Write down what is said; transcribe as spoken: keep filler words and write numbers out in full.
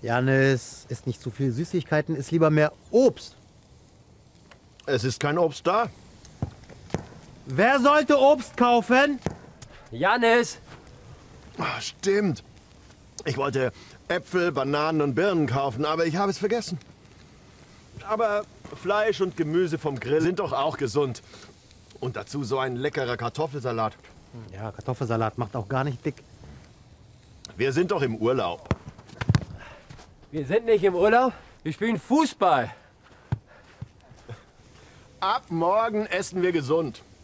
Jannis, isst nicht zu viel Süßigkeiten, isst lieber mehr Obst. Es ist kein Obst da. Wer sollte Obst kaufen? Jannis! Ach, stimmt. Ich wollte Äpfel, Bananen und Birnen kaufen, aber ich habe es vergessen. Aber Fleisch und Gemüse vom Grill sind doch auch gesund. Und dazu so ein leckerer Kartoffelsalat. Ja, Kartoffelsalat macht auch gar nicht dick. Wir sind doch im Urlaub. Wir sind nicht im Urlaub, wir spielen Fußball. Ab morgen essen wir gesund.